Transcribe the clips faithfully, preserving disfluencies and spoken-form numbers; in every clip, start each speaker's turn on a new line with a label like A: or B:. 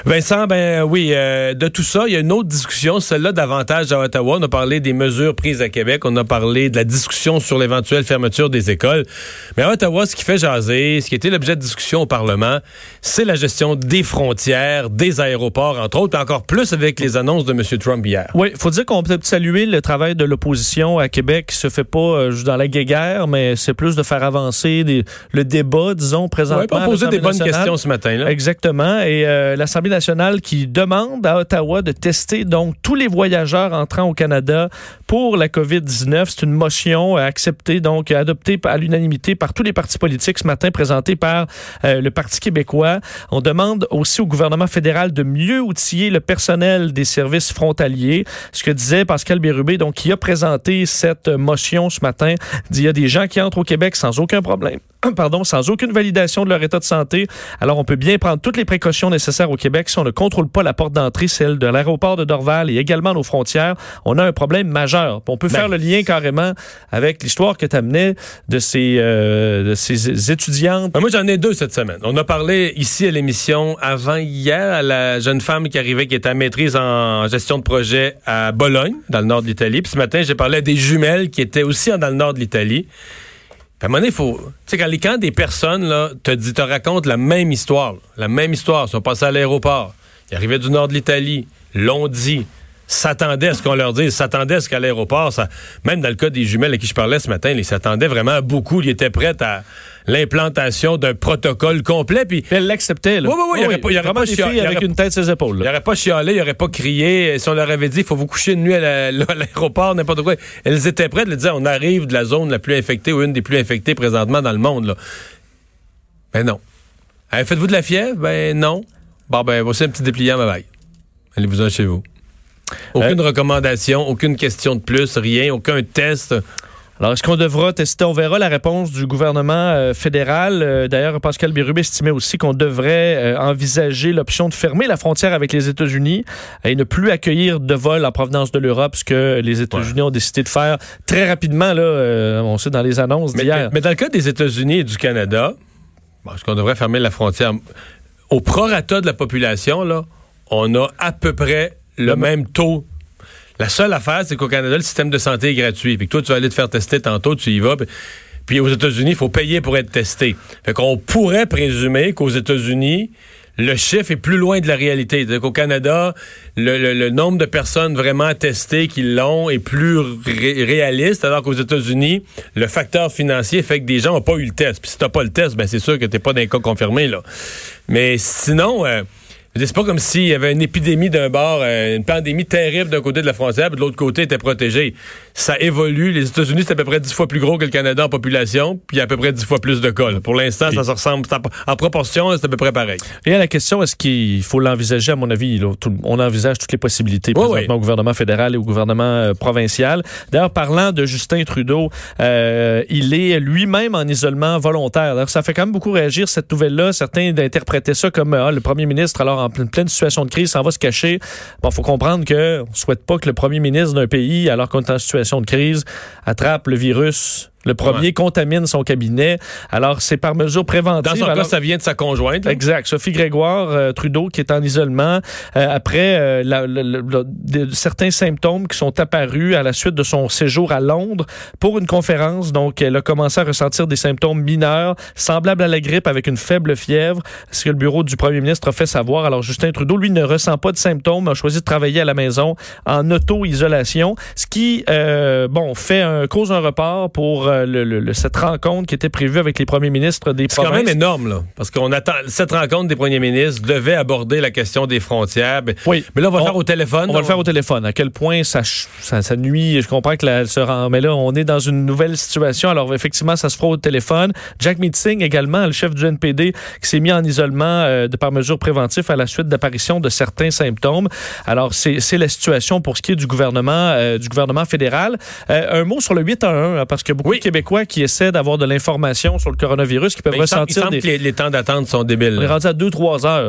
A: Vincent, ben oui, euh, de tout ça, il y a une autre discussion, celle-là davantage à Ottawa. On a parlé des mesures prises à Québec, on a parlé de la discussion sur l'éventuelle fermeture des écoles. Mais à Ottawa, ce qui fait jaser, ce qui était l'objet de discussion au Parlement, c'est la gestion des frontières, des aéroports, entre autres, et encore plus avec les annonces de M. Trump hier.
B: Oui, il faut dire qu'on peut saluer le travail de l'opposition à Québec qui se fait pas euh, dans la guéguerre, mais c'est plus de faire avancer des, le débat, disons, présentement.
A: Oui, on posait des bonnes questions ce matin, là.
B: Exactement. Et euh, l'Assemblée nationale qui demande à Ottawa de tester donc tous les voyageurs entrant au Canada pour la covid dix-neuf. C'est une motion acceptée, donc adoptée à l'unanimité par tous les partis politiques ce matin, présentée par euh, le Parti québécois. On demande aussi au gouvernement fédéral de mieux outiller le personnel des services frontaliers. Ce que disait Pascal Bérubé, donc qui a présenté cette motion ce matin, dit il y a des gens qui entrent au Québec sans aucun problème. Pardon, sans aucune validation de leur état de santé. Alors, on peut bien prendre toutes les précautions nécessaires au Québec. Si on ne contrôle pas la porte d'entrée, celle de l'aéroport de Dorval et également nos frontières, on a un problème majeur. On peut ben. faire le lien carrément avec l'histoire que tu amenais de ces, euh, de ces étudiantes.
A: Ben moi, j'en ai deux cette semaine. On a parlé ici à l'émission avant hier à la jeune femme qui arrivait, qui était à maîtrise en gestion de projet à Bologne, dans le nord de l'Italie. Puis ce matin, j'ai parlé à des jumelles qui étaient aussi dans le nord de l'Italie. À un moment donné, il faut. Tu sais, quand, les, quand des personnes là, te, dit, te racontent la même histoire, là, la même histoire, ils sont passés à l'aéroport, ils arrivaient du nord de l'Italie, l'ont dit, s'attendaient à ce qu'on leur dise, s'attendaient à ce qu'à l'aéroport, ça, même dans le cas des jumelles à qui je parlais ce matin, ils s'attendaient vraiment à beaucoup, ils étaient prêts à l'implantation d'un protocole complet. Puis
B: elle l'acceptait, là.
A: Oui, oui, oui. Il n'y aurait pas, il y aurait pas
B: chialé. Avec une tête sur ses épaules.
A: Il n'y aurait pas chialé, il n'y aurait pas crié. Si on leur avait dit, il faut vous coucher de nuit à, la, là, à l'aéroport, n'importe quoi. Elles étaient prêtes de le dire, on arrive de la zone la plus infectée ou une des plus infectées présentement dans le monde, là. Ben non. Hey, faites-vous de la fièvre? Ben non. Bon, ben, voici un petit dépliant, bye bye. Allez-vous-en chez vous. Aucune euh... recommandation, aucune question de plus, rien, aucun test.
B: Alors, est-ce qu'on devra tester? On verra la réponse du gouvernement euh, fédéral. Euh, d'ailleurs, Pascal Bérubé estimait aussi qu'on devrait euh, envisager l'option de fermer la frontière avec les États-Unis et ne plus accueillir de vols en provenance de l'Europe, ce que les États-Unis ouais. ont décidé de faire très rapidement, là, euh, on sait, dans les annonces
A: mais,
B: d'hier.
A: Mais, mais dans le cas des États-Unis et du Canada, bon, est-ce qu'on devrait fermer la frontière? Au prorata de la population, là, on a à peu près le, le même taux. La seule affaire, c'est qu'au Canada, le système de santé est gratuit. Puis que toi, tu vas aller te faire tester tantôt, tu y vas. Puis, puis aux États-Unis, il faut payer pour être testé. Fait qu'on pourrait présumer qu'aux États-Unis, le chiffre est plus loin de la réalité. C'est-à-dire qu'au Canada, le, le, le nombre de personnes vraiment testées qui l'ont est plus ré- réaliste, alors qu'aux États-Unis, le facteur financier fait que des gens n'ont pas eu le test. Puis si t'as pas le test, ben c'est sûr que t'es pas dans un cas confirmé, là. Mais sinon... Euh, c'est pas comme s'il y avait une épidémie d'un bord, une pandémie terrible d'un côté de la frontière, puis de l'autre côté était protégé. Ça évolue. Les États-Unis, c'est à peu près dix fois plus gros que le Canada en population, puis il y a à peu près dix fois plus de cas. Là. Pour l'instant, puis, ça se ressemble. En proportion, c'est à peu près pareil.
B: Et à la question, est-ce qu'il faut l'envisager, à mon avis, là, tout, on envisage toutes les possibilités
A: oui,
B: présentement
A: oui.
B: au gouvernement fédéral et au gouvernement euh, provincial. D'ailleurs, parlant de Justin Trudeau, euh, il est lui-même en isolement volontaire. Alors, ça fait quand même beaucoup réagir, cette nouvelle-là. Certains interprétaient ça comme ah, le premier ministre, alors en pleine, pleine situation de crise, s'en va se cacher. Bon, faut comprendre que on souhaite pas que le premier ministre d'un pays, alors qu'on est en situation de crise, attrape le virus. Le premier ouais. contamine son cabinet. Alors, c'est par mesure préventive.
A: Dans son
B: alors,
A: cas, ça vient de sa conjointe. Là.
B: Exact. Sophie Grégoire euh, Trudeau, qui est en isolement euh, après euh, la, la, la, la, de, certains symptômes qui sont apparus à la suite de son séjour à Londres pour une conférence. Donc, elle a commencé à ressentir des symptômes mineurs, semblables à la grippe, avec une faible fièvre. Ce que le bureau du premier ministre a fait savoir. Alors, Justin Trudeau, lui, ne ressent pas de symptômes, a choisi de travailler à la maison en auto-isolation, ce qui, euh, bon, fait un, cause un report pour... Euh, Le, le, le, cette rencontre qui était prévue avec les premiers ministres des
A: c'est
B: provinces.
A: C'est quand même énorme, là, parce qu'on attend... Cette rencontre des premiers ministres devait aborder la question des frontières.
B: Oui.
A: Mais là, on va
B: on,
A: le faire au téléphone.
B: On va le faire au téléphone. À quel point ça, ça, ça nuit. Je comprends que la, se rend, mais là, on est dans une nouvelle situation. Alors, effectivement, ça se fera au téléphone. Jack Meeting, également, le chef du N P D, qui s'est mis en isolement euh, de par mesure préventive à la suite d'apparition de certains symptômes. Alors, c'est, c'est la situation pour ce qui est du gouvernement, euh, du gouvernement fédéral. Euh, un mot sur le huit un un, hein, parce que beaucoup oui. de Québécois qui essaient d'avoir de l'information sur le coronavirus, qui peuvent
A: mais
B: ressentir...
A: Il semble, il semble
B: des...
A: que les, les temps d'attente sont débiles.
B: On est rendu à deux trois heures.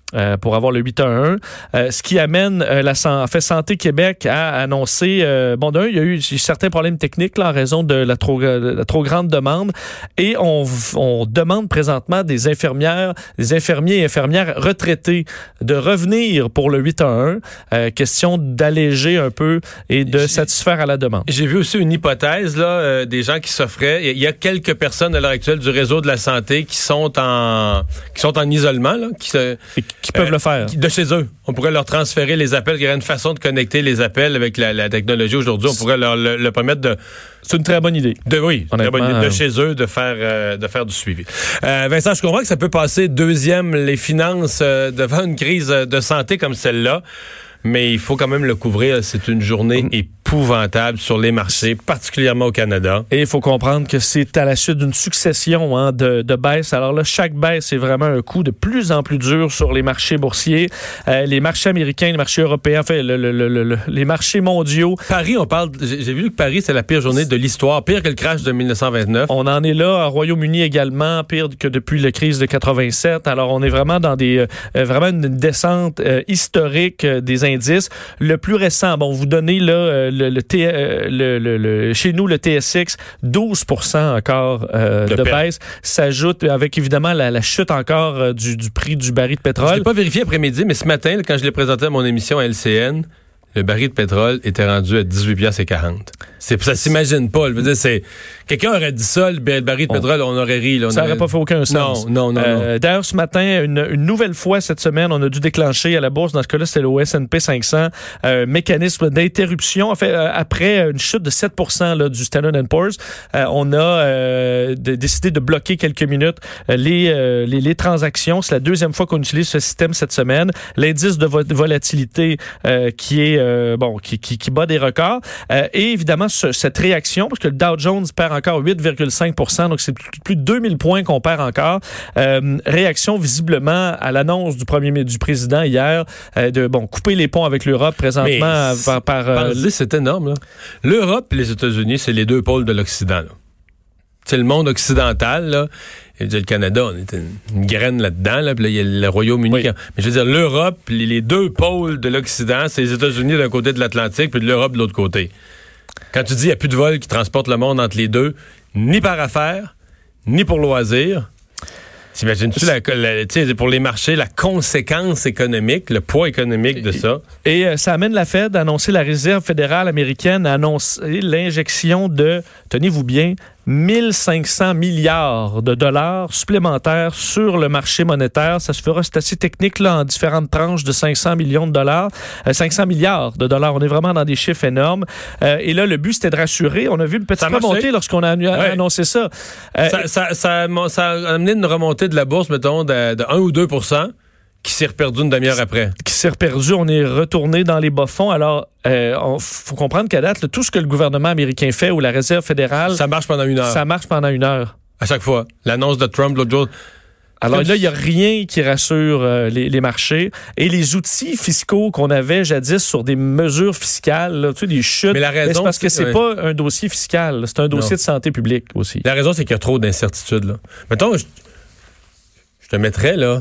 B: Euh, pour avoir le huit un un, euh, ce qui amène euh, la en fait Santé Québec à annoncer, euh, bon d'un, il y a eu certains problèmes techniques là, en raison de la trop, de la trop grande demande et on, on demande présentement des infirmières, des infirmiers et infirmières retraités de revenir pour le huit un un, euh, question d'alléger un peu et de j'ai, satisfaire à la demande.
A: J'ai vu aussi une hypothèse là, euh, des gens qui s'offraient. Il y a quelques personnes à l'heure actuelle du réseau de la santé qui sont en qui sont en isolement, là, qui se
B: qui peuvent euh, le faire.
A: De chez eux. On pourrait leur transférer les appels. Il y aurait une façon de connecter les appels avec la, la technologie aujourd'hui. On pourrait leur le, le permettre de...
B: C'est une très bonne idée.
A: De, oui, une très bonne idée de chez eux de faire, euh, de faire du suivi. Euh, Vincent, je comprends que ça peut passer deuxième les finances euh, devant une crise de santé comme celle-là, mais il faut quand même le couvrir. C'est une journée mmh. épouvantable sur les marchés, particulièrement au Canada.
B: Et il faut comprendre que c'est à la suite d'une succession hein, de, de baisses. Alors là, chaque baisse est vraiment un coup de plus en plus dur sur les marchés boursiers. Euh, les marchés américains, les marchés européens, enfin, le, le, le, le, les marchés mondiaux.
A: Paris, on parle... J'ai, j'ai vu que Paris, c'est la pire journée de l'histoire, pire que le crash de dix-neuf cent vingt-neuf.
B: On en est là. Au Royaume-Uni également, pire que depuis la crise de quatre-vingt-sept. Alors, on est vraiment dans des euh, vraiment une descente euh, historique euh, des indices. Le plus récent, bon, vous donnez là... Euh, Le, le, T, euh, le, le, le, chez nous, le T S X, douze pour cent encore euh, de, de baisse. S'ajoute avec évidemment la, la chute encore euh, du, du prix du baril de pétrole.
A: Je ne l'ai pas vérifié après-midi, mais ce matin, là, quand je l'ai présenté à mon émission à L C N, le baril de pétrole était rendu à dix-huit piastres quarante. C'est, ça s'imagine pas. Je veux dire, c'est, quelqu'un aurait dit ça, le baril de pétrole, on, on aurait ri. Là, on
B: ça n'aurait
A: aurait...
B: pas fait aucun sens.
A: Non, non, non. Euh,
B: non. D'ailleurs, ce matin, une, une nouvelle fois cette semaine, on a dû déclencher à la bourse, dans ce cas-là, c'était le S and P cinq cents, euh, mécanisme d'interruption. En fait, euh, après une chute de sept pour cent là, du Standard and Poor's, euh, on a euh, de, décidé de bloquer quelques minutes euh, les, euh, les, les transactions. C'est la deuxième fois qu'on utilise ce système cette semaine. L'indice de vo- volatilité euh, qui est euh, bon, qui, qui, qui bat des records. Euh, et évidemment, ce, cette réaction, parce que le Dow Jones perd encore huit virgule cinq pour cent, donc c'est plus, plus de deux mille points qu'on perd encore. Euh, réaction visiblement à l'annonce du premier du président hier euh, de bon couper les ponts avec l'Europe présentement par, par euh,
A: c'est énorme là. L'Europe et les États-Unis, c'est les deux pôles de l'Occident. Là. C'est le monde occidental là. Et le Canada, on est une, une graine là-dedans, là, puis là, il y a le Royaume-Uni. Oui. Mais je veux dire, l'Europe, les, les deux pôles de l'Occident, c'est les États-Unis d'un côté de l'Atlantique, puis de l'Europe de l'autre côté. Quand tu dis qu'il n'y a plus de vols qui transportent le monde entre les deux, ni par affaires, ni pour loisirs, t'imagines-tu, la, la, pour les marchés, la conséquence économique, le poids économique de ça?
B: Et, et euh, ça amène la Fed à annoncer, la Réserve fédérale américaine à annoncer l'injection de, tenez-vous bien, mille cinq cents milliards de dollars supplémentaires sur le marché monétaire. Ça se fera, c'est assez technique, là, en différentes tranches de cinq cents millions de dollars, euh, cinq cents milliards de dollars. On est vraiment dans des chiffres énormes. Euh, et là, le but, c'était de rassurer. On a vu une petite remontée lorsqu'on a ouais. annoncé ça.
A: Euh, ça, ça, ça, a, ça a amené une remontée de la bourse, mettons, de, de un ou deux pour cent. Qui s'est reperdu une demi-heure après.
B: Qui s'est reperdu. On est retourné dans les bas-fonds. Alors, il euh, faut comprendre qu'à date, là, tout ce que le gouvernement américain fait ou la Réserve fédérale...
A: Ça marche pendant une heure.
B: Ça marche pendant une heure.
A: À chaque fois. L'annonce de Trump l'autre jour...
B: Alors là, il n'y a rien qui rassure euh, les, les marchés. Et les outils fiscaux qu'on avait jadis sur des mesures fiscales, là, tu sais, des chutes,
A: mais la raison,
B: c'est parce que c'est
A: ouais.
B: pas un dossier fiscal, c'est un dossier non. de santé publique aussi.
A: La raison, c'est qu'il y a trop d'incertitudes. Là. Mettons, je, je te mettrais, là,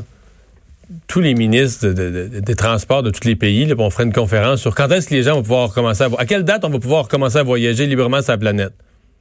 A: tous les ministres de, de, de, des transports de tous les pays, là, on ferait une conférence sur quand est-ce que les gens vont pouvoir recommencer à... À quelle date on va pouvoir recommencer à voyager librement sur la planète?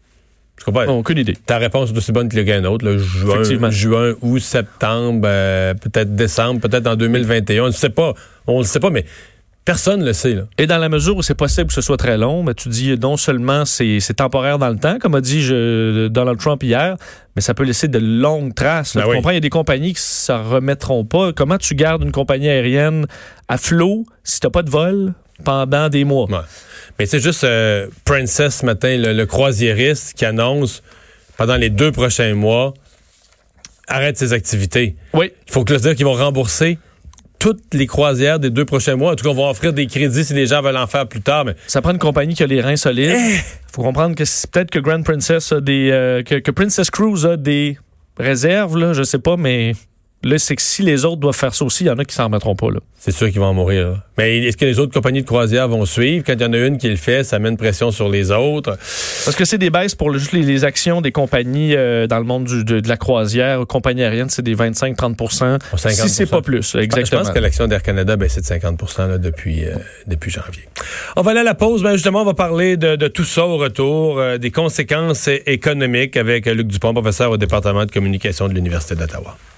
A: Je comprends pas.
B: Aucune idée.
A: Ta réponse est aussi bonne que quelqu'un d'autre. Là, juin, juin, août, septembre, euh, peut-être décembre, peut-être en deux mille vingt et un. On ne sait pas. On le sait pas, mais personne ne le sait. Là.
B: Et dans la mesure où c'est possible que ce soit très long, mais tu dis non seulement c'est, c'est temporaire dans le temps, comme a dit je, Donald Trump hier, mais ça peut laisser de longues traces. Là, ben tu oui. comprends, il y a des compagnies qui ne se remettront pas. Comment tu gardes une compagnie aérienne à flot si tu n'as pas de vol pendant des mois?
A: Ouais. Mais c'est juste euh, Princess ce matin, le, le croisiériste, qui annonce pendant les deux prochains mois arrête ses activités.
B: Oui.
A: Il faut que le dire qu'ils vont rembourser toutes les croisières des deux prochains mois. En tout cas, on va offrir des crédits si les gens veulent en faire plus tard. Mais...
B: Ça prend une compagnie qui a les reins solides. Il eh! faut comprendre que c'est peut-être que Grand Princess a des... Euh, que, que Princess Cruise a des réserves, là, je sais pas, mais... Là, c'est que si les autres doivent faire ça aussi, il y en a qui s'en remettront pas. Là.
A: C'est sûr qu'ils vont en mourir. Là. Mais est-ce que les autres compagnies de croisière vont suivre? Quand il y en a une qui le fait, ça met une pression sur les autres.
B: Parce que c'est des baisses pour le, juste les, les actions des compagnies euh, dans le monde du, de, de la croisière. Compagnie aérienne, c'est des vingt-cinq à trente pour cent. Si c'est pas plus, exactement.
A: Je pense que l'action d'Air Canada a baissé de cinquante pour cent là, depuis, euh, depuis janvier. On va aller à la pause. Ben, justement, on va parler de, de tout ça au retour, euh, des conséquences économiques avec Luc Dupont, professeur au département de communication de l'Université d'Ottawa.